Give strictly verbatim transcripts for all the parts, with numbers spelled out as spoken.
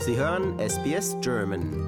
Sie hören S B S German.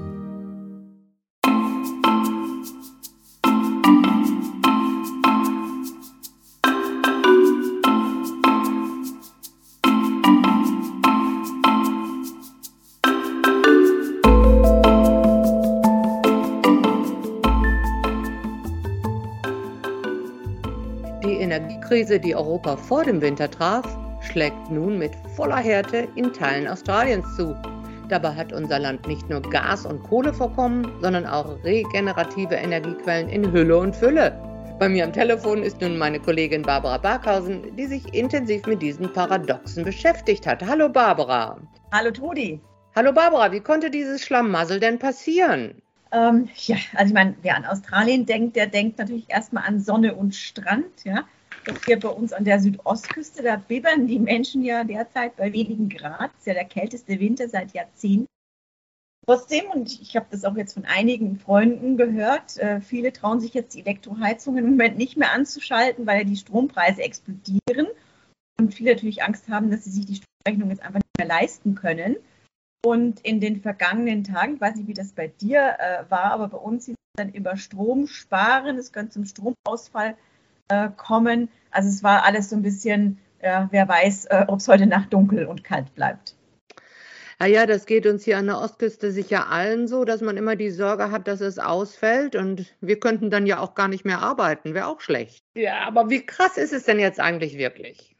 Die Energiekrise, die Europa vor dem Winter traf, schlägt nun mit voller Härte in Teilen Australiens zu. Dabei hat unser Land nicht nur Gas- und Kohlevorkommen, sondern auch regenerative Energiequellen in Hülle und Fülle. Bei mir am Telefon ist nun meine Kollegin Barbara Barkhausen, die sich intensiv mit diesen Paradoxen beschäftigt hat. Hallo Barbara. Hallo Trudi. Hallo Barbara, wie konnte dieses Schlamassel denn passieren? Ähm, ja, also ich meine, wer an Australien denkt, der denkt natürlich erstmal an Sonne und Strand, ja. Das hier bei uns an der Südostküste, da bibbern die Menschen ja derzeit bei wenigen Grad. Das ist ja der kälteste Winter seit Jahrzehnten. Trotzdem, und ich habe das auch jetzt von einigen Freunden gehört, äh, viele trauen sich jetzt die Elektroheizung im Moment nicht mehr anzuschalten, weil ja die Strompreise explodieren und viele natürlich Angst haben, dass sie sich die Stromrechnung jetzt einfach nicht mehr leisten können. Und in den vergangenen Tagen, ich weiß nicht, wie das bei dir äh, war, aber bei uns hieß es dann über Strom sparen, es könnte zum Stromausfall äh, kommen. Also es war alles so ein bisschen, äh, wer weiß, äh, ob es heute Nacht dunkel und kalt bleibt. Ja, ja, das geht uns hier an der Ostküste sicher allen so, dass man immer die Sorge hat, dass es ausfällt und wir könnten dann ja auch gar nicht mehr arbeiten, wäre auch schlecht. Ja, aber wie krass ist es denn jetzt eigentlich wirklich?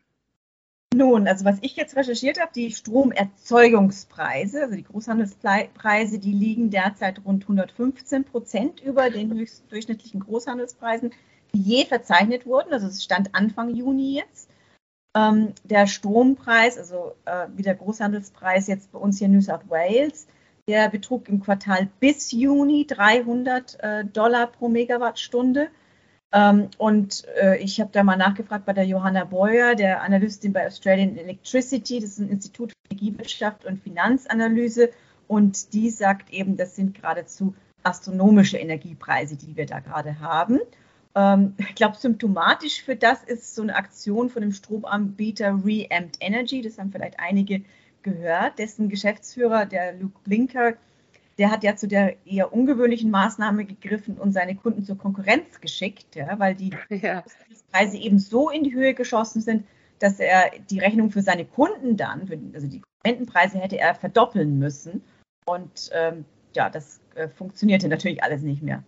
Nun, also was ich jetzt recherchiert habe, die Stromerzeugungspreise, also die Großhandelspreise, die liegen derzeit rund hundertfünfzehn Prozent über den höchstdurchschnittlichen Großhandelspreisen, die je verzeichnet wurden. Also es stand Anfang Juni jetzt. Ähm, der Strompreis, also äh, wie der Großhandelspreis jetzt bei uns hier in New South Wales, der betrug im Quartal bis Juni dreihundert äh, Dollar pro Megawattstunde. Ähm, und äh, ich habe da mal nachgefragt bei der Johanna Boyer, der Analystin bei Australian Electricity, das ist ein Institut für Energiewirtschaft und Finanzanalyse, und die sagt eben, das sind geradezu astronomische Energiepreise, die wir da gerade haben. Ähm, ich glaube, symptomatisch für das ist so eine Aktion von dem Stromanbieter Reamped Energy, das haben vielleicht einige gehört, dessen Geschäftsführer, der Luke Blinker, der hat ja zu der eher ungewöhnlichen Maßnahme gegriffen und seine Kunden zur Konkurrenz geschickt, ja, weil die Ja. Preise eben so in die Höhe geschossen sind, dass er die Rechnung für seine Kunden dann, also die Konsumentenpreise, hätte er verdoppeln müssen. Und ähm, ja, das äh, funktionierte natürlich alles nicht mehr.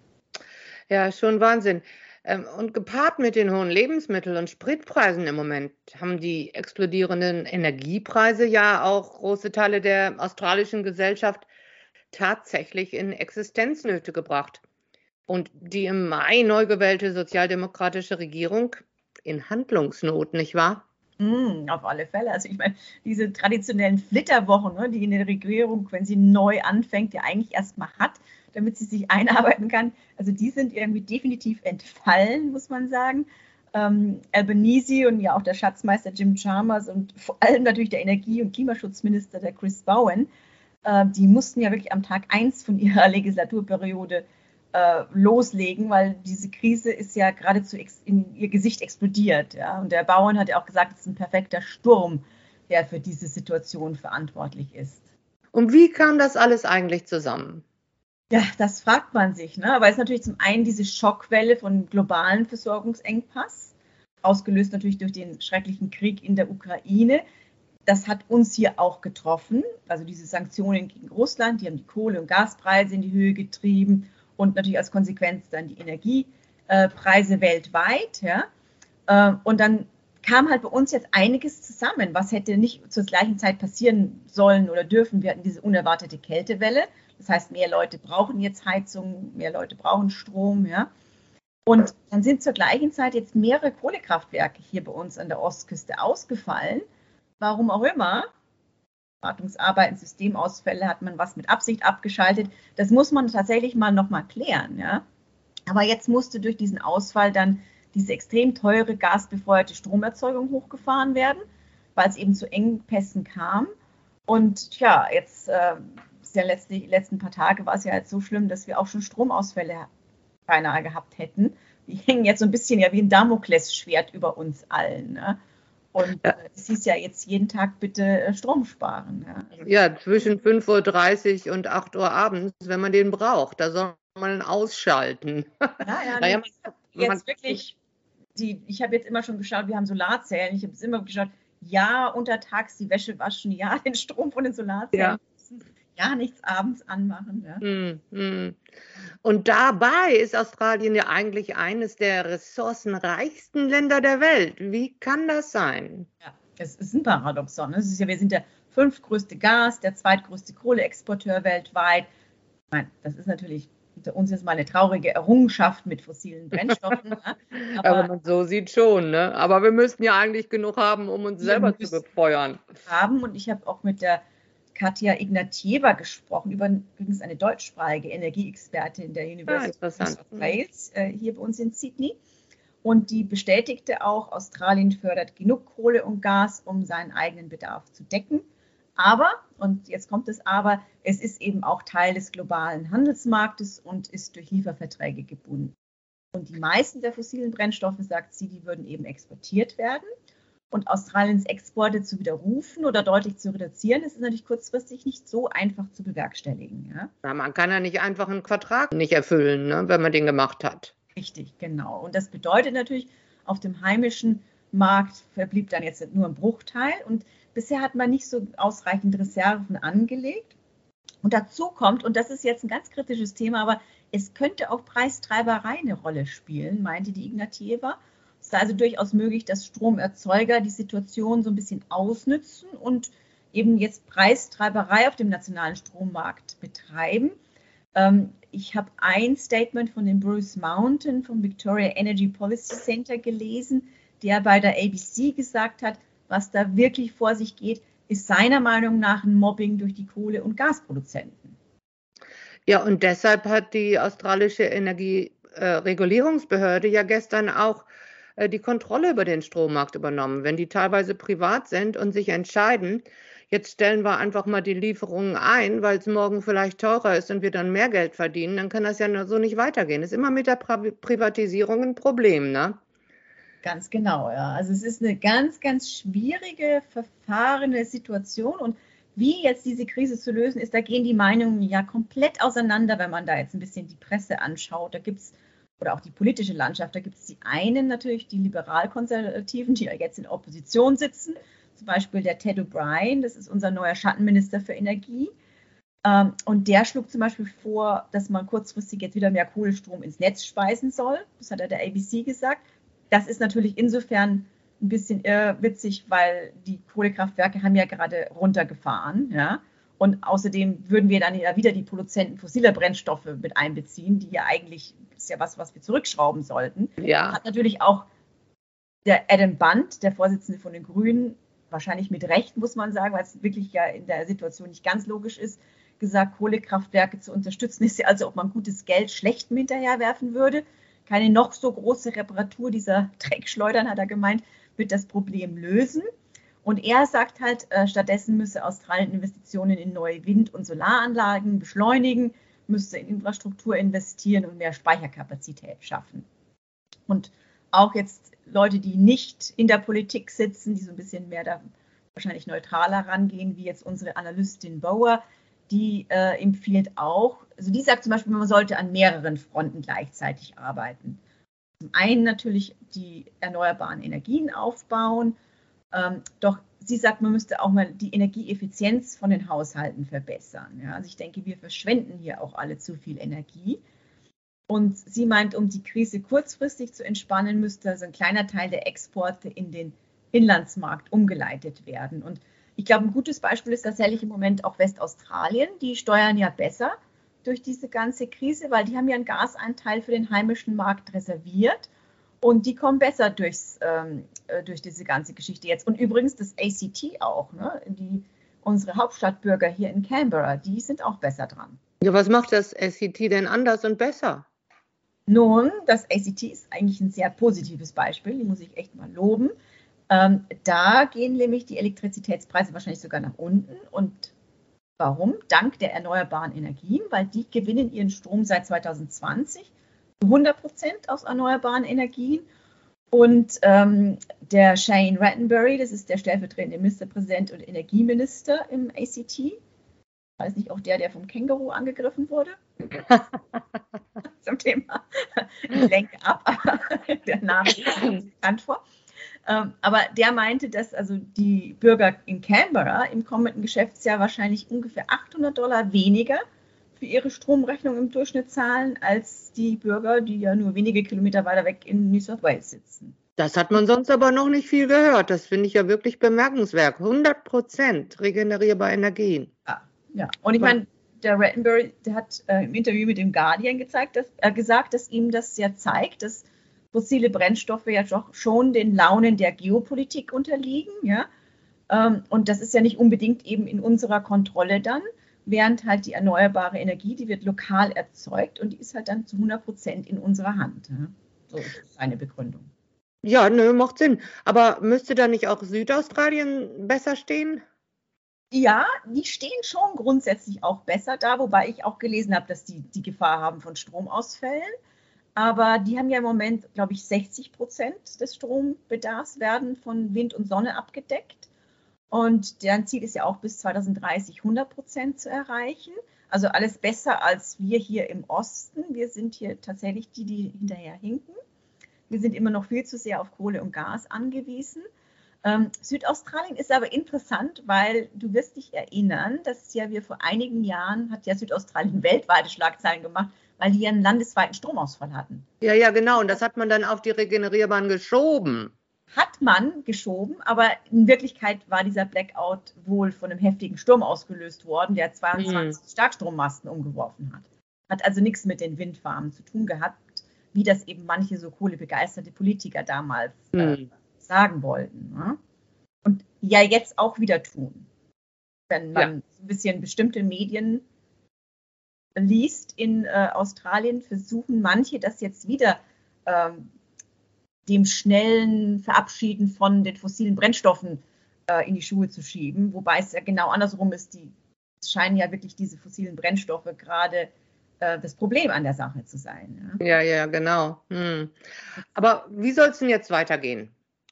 Ja, schon Wahnsinn. Ähm, Und gepaart mit den hohen Lebensmittel- und Spritpreisen im Moment haben die explodierenden Energiepreise ja auch große Teile der australischen Gesellschaft tatsächlich in Existenznöte gebracht. Und die im Mai neu gewählte sozialdemokratische Regierung in Handlungsnot, nicht wahr? Mm, auf alle Fälle. Also ich meine, diese traditionellen Flitterwochen, ne, die eine Regierung, wenn sie neu anfängt, ja eigentlich erstmal hat, damit sie sich einarbeiten kann, also die sind irgendwie definitiv entfallen, muss man sagen. Ähm, Albanese und ja auch der Schatzmeister Jim Chalmers und vor allem natürlich der Energie- und Klimaschutzminister, der Chris Bowen, äh, die mussten ja wirklich am Tag eins von ihrer Legislaturperiode äh, loslegen, weil diese Krise ist ja geradezu ex- in ihr Gesicht explodiert. Ja? Und der Bowen hat ja auch gesagt, es ist ein perfekter Sturm, der für diese Situation verantwortlich ist. Und wie kam das alles eigentlich zusammen? Ja, das fragt man sich, ne? Aber es ist natürlich zum einen diese Schockwelle von globalen Versorgungsengpass, ausgelöst natürlich durch den schrecklichen Krieg in der Ukraine. Das hat uns hier auch getroffen. Also diese Sanktionen gegen Russland, die haben die Kohle- und Gaspreise in die Höhe getrieben und natürlich als Konsequenz dann die Energiepreise weltweit. Ja. Und dann kam halt bei uns jetzt einiges zusammen, was hätte nicht zur gleichen Zeit passieren sollen oder dürfen. Wir hatten diese unerwartete Kältewelle. Das heißt, mehr Leute brauchen jetzt Heizung, mehr Leute brauchen Strom. Ja. Und dann sind zur gleichen Zeit jetzt mehrere Kohlekraftwerke hier bei uns an der Ostküste ausgefallen. Warum auch immer. Wartungsarbeiten, Systemausfälle, hat man was mit Absicht abgeschaltet. Das muss man tatsächlich mal nochmal klären. Ja. Aber jetzt musste durch diesen Ausfall dann diese extrem teure gasbefeuerte Stromerzeugung hochgefahren werden, weil es eben zu Engpässen kam. Und ja, jetzt äh, ist ja letztlich, die letzten paar Tage war es ja jetzt so schlimm, dass wir auch schon Stromausfälle beinahe gehabt hätten. Die hängen jetzt so ein bisschen ja wie ein Damoklesschwert über uns allen. Ne? Und Ja. äh, es hieß ja jetzt jeden Tag bitte äh, Strom sparen. Ja. Also, Ja, zwischen fünf Uhr dreißig und acht Uhr abends, wenn man den braucht. Da soll man ihn ausschalten. ja, ja, Naja, nee, man, man, jetzt wirklich, die, ich habe jetzt immer schon geschaut, wir haben Solarzellen, ich habe jetzt immer geschaut, ja, untertags die Wäsche waschen, ja, den Strom von den Solarzellen Ja. nutzen, ja, nichts abends anmachen. Ja. hm, hm. Und dabei ist Australien ja eigentlich eines der ressourcenreichsten Länder der Welt. Wie kann das sein? Ja, es ist ein Paradoxon. Ne? Es ist ja, wir sind der fünftgrößte Gas, der zweitgrößte Kohleexporteur weltweit. Ich meine, das ist natürlich unter uns jetzt mal eine traurige Errungenschaft mit fossilen Brennstoffen. Ne? Aber Aber wenn man so sieht schon, ne? Aber wir müssten ja eigentlich genug haben, um uns wir selber zu müssen befeuern. haben, und ich habe auch mit der Katja Ignatjeva gesprochen, übrigens eine deutschsprachige Energieexpertin der Ah, University of interessant. Wales, äh, hier bei uns in Sydney. Und die bestätigte auch, Australien fördert genug Kohle und Gas, um seinen eigenen Bedarf zu decken. Aber, und jetzt kommt es aber, es ist eben auch Teil des globalen Handelsmarktes und ist durch Lieferverträge gebunden. Und die meisten der fossilen Brennstoffe, sagt sie, die würden eben exportiert werden. Und Australiens Exporte zu widerrufen oder deutlich zu reduzieren, das ist natürlich kurzfristig nicht so einfach zu bewerkstelligen. Ja? Na, man kann ja nicht einfach einen Vertrag nicht erfüllen, ne, wenn man den gemacht hat. Richtig, genau. Und das bedeutet natürlich, auf dem heimischen Markt verblieb dann jetzt nur ein Bruchteil. Und bisher hat man nicht so ausreichend Reserven angelegt. Und dazu kommt, und das ist jetzt ein ganz kritisches Thema, aber es könnte auch Preistreiberei eine Rolle spielen, meinte die Ignatjeva. Es ist also durchaus möglich, dass Stromerzeuger die Situation so ein bisschen ausnützen und eben jetzt Preistreiberei auf dem nationalen Strommarkt betreiben. Ähm, ich habe ein Statement von dem Bruce Mountain vom Victoria Energy Policy Center gelesen, der bei der A B C gesagt hat, was da wirklich vor sich geht, ist seiner Meinung nach ein Mobbing durch die Kohle- und Gasproduzenten. Ja, und deshalb hat die australische Energieregulierungsbehörde ja gestern auch äh, die Kontrolle über den Strommarkt übernommen. Wenn die teilweise privat sind und sich entscheiden, jetzt stellen wir einfach mal die Lieferungen ein, weil es morgen vielleicht teurer ist und wir dann mehr Geld verdienen, dann kann das ja nur so nicht weitergehen. Das ist immer mit der Pri- Privatisierung ein Problem, ne? Ganz genau, ja. Also es ist eine ganz, ganz schwierige, verfahrene Situation, und wie jetzt diese Krise zu lösen ist, da gehen die Meinungen ja komplett auseinander, wenn man da jetzt ein bisschen die Presse anschaut. Da gibt es, oder auch die politische Landschaft, da gibt es die einen natürlich, die Liberal-Konservativen, die ja jetzt in Opposition sitzen, zum Beispiel der Ted O'Brien, das ist unser neuer Schattenminister für Energie. Ähm, und der schlug zum Beispiel vor, dass man kurzfristig jetzt wieder mehr Kohlestrom ins Netz speisen soll. Das hat er der A B C gesagt. Das ist natürlich insofern ein bisschen irrwitzig, weil die Kohlekraftwerke haben ja gerade runtergefahren. Ja? Und außerdem würden wir dann ja wieder die Produzenten fossiler Brennstoffe mit einbeziehen, die ja eigentlich, ist ja was, was wir zurückschrauben sollten. Ja. Hat natürlich auch der Adam Bundt, der Vorsitzende von den Grünen, wahrscheinlich mit Recht, muss man sagen, weil es wirklich ja in der Situation nicht ganz logisch ist, gesagt, Kohlekraftwerke zu unterstützen, ist ja, also ob man gutes Geld schlechtem hinterherwerfen würde. Keine noch so große Reparatur dieser Dreckschleudern, hat er gemeint, wird das Problem lösen. Und er sagt halt, äh, stattdessen müsse Australien Investitionen in neue Wind- und Solaranlagen beschleunigen, müsste in Infrastruktur investieren und mehr Speicherkapazität schaffen. Und auch jetzt Leute, die nicht in der Politik sitzen, die so ein bisschen mehr da wahrscheinlich neutraler rangehen, wie jetzt unsere Analystin Bauer, die äh, empfiehlt auch, also die sagt zum Beispiel, man sollte an mehreren Fronten gleichzeitig arbeiten. Zum einen natürlich die erneuerbaren Energien aufbauen, ähm, doch sie sagt, man müsste auch mal die Energieeffizienz von den Haushalten verbessern. Ja? Also ich denke, wir verschwenden hier auch alle zu viel Energie. Und sie meint, um die Krise kurzfristig zu entspannen, müsste also ein kleiner Teil der Exporte in den Inlandsmarkt umgeleitet werden. Und ich glaube, ein gutes Beispiel ist tatsächlich im Moment auch Westaustralien. Die steuern ja besser durch diese ganze Krise, weil die haben ja einen Gasanteil für den heimischen Markt reserviert. Und die kommen besser durchs, ähm, durch diese ganze Geschichte jetzt. Und übrigens das A C T auch, ne? Die, unsere Hauptstadtbürger hier in Canberra, die sind auch besser dran. Ja, was macht das A C T denn anders und besser? Nun, das A C T ist eigentlich ein sehr positives Beispiel, die muss ich echt mal loben. Ähm, da gehen nämlich die Elektrizitätspreise wahrscheinlich sogar nach unten. Und warum? Dank der erneuerbaren Energien, weil die gewinnen ihren Strom seit zweitausendzwanzig zu hundert Prozent aus erneuerbaren Energien. Und ähm, der Shane Rattenbury, das ist der stellvertretende Ministerpräsident und Energieminister im A C T. War das nicht auch der, der vom Känguru angegriffen wurde? Zum Thema. Ich lenke ab, aber der Name kommt bekannt vor. Ähm, aber der meinte, dass also die Bürger in Canberra im kommenden Geschäftsjahr wahrscheinlich ungefähr achthundert Dollar weniger für ihre Stromrechnung im Durchschnitt zahlen, als die Bürger, die ja nur wenige Kilometer weiter weg in New South Wales sitzen. Das hat man sonst aber noch nicht viel gehört. Das finde ich ja wirklich bemerkenswert. hundert Prozent regenerierbare Energien. Ja, ja. Und ich meine, der Rattenbury, der hat äh, im Interview mit dem Guardian gezeigt, dass, äh, gesagt, dass ihm das ja zeigt, dass fossile Brennstoffe ja doch schon den Launen der Geopolitik unterliegen. Ja? Ähm, und das ist ja nicht unbedingt eben in unserer Kontrolle dann, während halt die erneuerbare Energie, die wird lokal erzeugt und die ist halt dann zu hundert Prozent in unserer Hand. Ja? So ist seine Begründung. Ja, nö, macht Sinn. Aber müsste da nicht auch Südaustralien besser stehen? Ja, die stehen schon grundsätzlich auch besser da, wobei ich auch gelesen habe, dass die die Gefahr haben von Stromausfällen. Aber die haben ja im Moment, glaube ich, sechzig Prozent des Strombedarfs werden von Wind und Sonne abgedeckt. Und deren Ziel ist ja auch bis zweitausenddreißig hundert Prozent zu erreichen. Also alles besser als wir hier im Osten. Wir sind hier tatsächlich die, die hinterher hinken. Wir sind immer noch viel zu sehr auf Kohle und Gas angewiesen. Ähm, Südaustralien ist aber interessant, weil du wirst dich erinnern, dass ja wir vor einigen Jahren, hat ja Südaustralien weltweite Schlagzeilen gemacht, weil die ja einen landesweiten Stromausfall hatten. Ja, ja, genau. Und das hat man dann auf die Regenerierbaren geschoben. Hat man geschoben, aber in Wirklichkeit war dieser Blackout wohl von einem heftigen Sturm ausgelöst worden, der zweiundzwanzig hm. Starkstrommasten umgeworfen hat. Hat also nichts mit den Windfarmen zu tun gehabt, wie das eben manche so kohlebegeisterte Politiker damals hm. äh, sagen wollten. Ne? Und ja jetzt auch wieder tun. Wenn man ja. so ein bisschen bestimmte Medien liest in äh, Australien, versuchen manche das jetzt wieder ähm, dem schnellen Verabschieden von den fossilen Brennstoffen äh, in die Schuhe zu schieben, wobei es ja genau andersrum ist. Die es scheinen ja wirklich diese fossilen Brennstoffe gerade äh, das Problem an der Sache zu sein. Ja, ja, ja genau. Hm. Aber wie soll es denn jetzt weitergehen?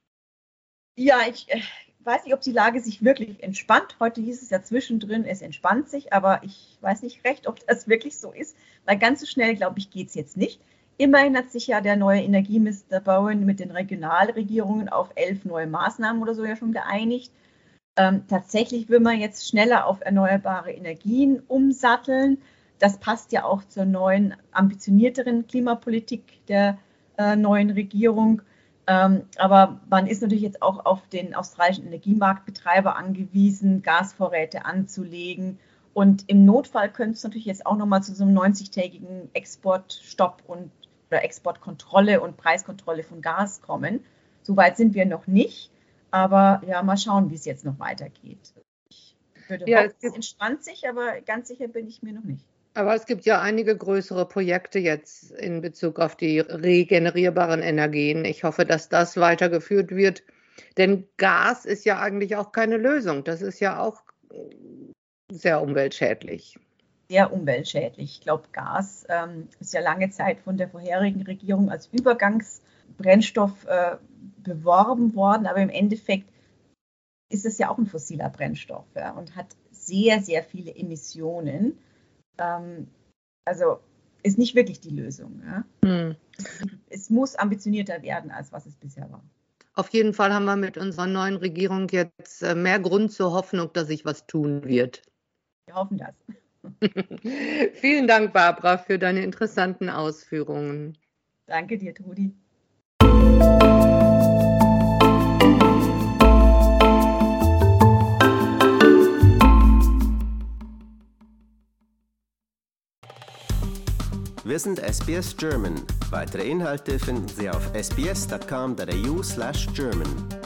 Ja, ich äh, weiß nicht, ob die Lage sich wirklich entspannt. Heute hieß es ja zwischendrin, es entspannt sich, aber ich weiß nicht recht, ob das wirklich so ist, weil ganz so schnell, glaube ich, geht es jetzt nicht. Immerhin hat sich ja der neue Energieminister Bowen mit den Regionalregierungen auf elf neue Maßnahmen oder so ja schon geeinigt. Ähm, tatsächlich will man jetzt schneller auf erneuerbare Energien umsatteln. Das passt ja auch zur neuen, ambitionierteren Klimapolitik der äh, neuen Regierung. Ähm, aber man ist natürlich jetzt auch auf den australischen Energiemarktbetreiber angewiesen, Gasvorräte anzulegen. Und im Notfall könnte es natürlich jetzt auch nochmal zu so einem neunzigtägigen Exportstopp und oder Exportkontrolle und Preiskontrolle von Gas kommen. Soweit sind wir noch nicht. Aber ja, mal schauen, wie es jetzt noch weitergeht. Ich würde ja, hoffen, es entspannt sich, aber ganz sicher bin ich mir noch nicht. Aber es gibt ja einige größere Projekte jetzt in Bezug auf die regenerierbaren Energien. Ich hoffe, dass das weitergeführt wird. Denn Gas ist ja eigentlich auch keine Lösung. Das ist ja auch sehr umweltschädlich. Sehr umweltschädlich. Ich glaube, Gas ähm, ist ja lange Zeit von der vorherigen Regierung als Übergangsbrennstoff äh, beworben worden. Aber im Endeffekt ist es ja auch ein fossiler Brennstoff, ja, und hat sehr, sehr viele Emissionen. Ähm, also ist nicht wirklich die Lösung. Ja? Hm. Es, es muss ambitionierter werden, als was es bisher war. Auf jeden Fall haben wir mit unserer neuen Regierung jetzt mehr Grund zur Hoffnung, dass sich was tun wird. Wir hoffen das. Vielen Dank, Barbara, für deine interessanten Ausführungen. Danke dir, Trudi. Wir sind S B S German. Weitere Inhalte finden Sie auf s b s dot com dot a u slash German.